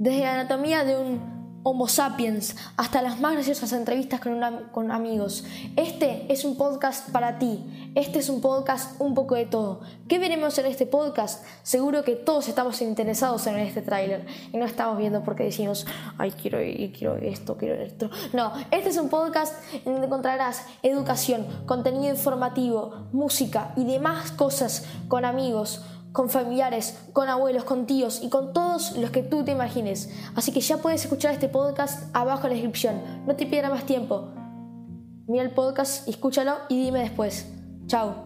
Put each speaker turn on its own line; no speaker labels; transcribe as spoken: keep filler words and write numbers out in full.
desde la anatomía de un Homo sapiens hasta las más graciosas entrevistas con, una, con amigos. Este es un podcast para ti. Este es un podcast un poco de todo. ¿Qué veremos en este podcast? Seguro que todos estamos interesados en este tráiler y no estamos viendo porque decimos, ay, quiero ir, quiero esto, quiero esto. No, este es un podcast en donde encontrarás educación, contenido informativo, música y demás cosas con amigos, con familiares, con abuelos, con tíos y con todos los que tú te imagines. Así que ya puedes escuchar este podcast abajo en la descripción. No te pierdas más tiempo. Mira el podcast, escúchalo y dime después. Chao.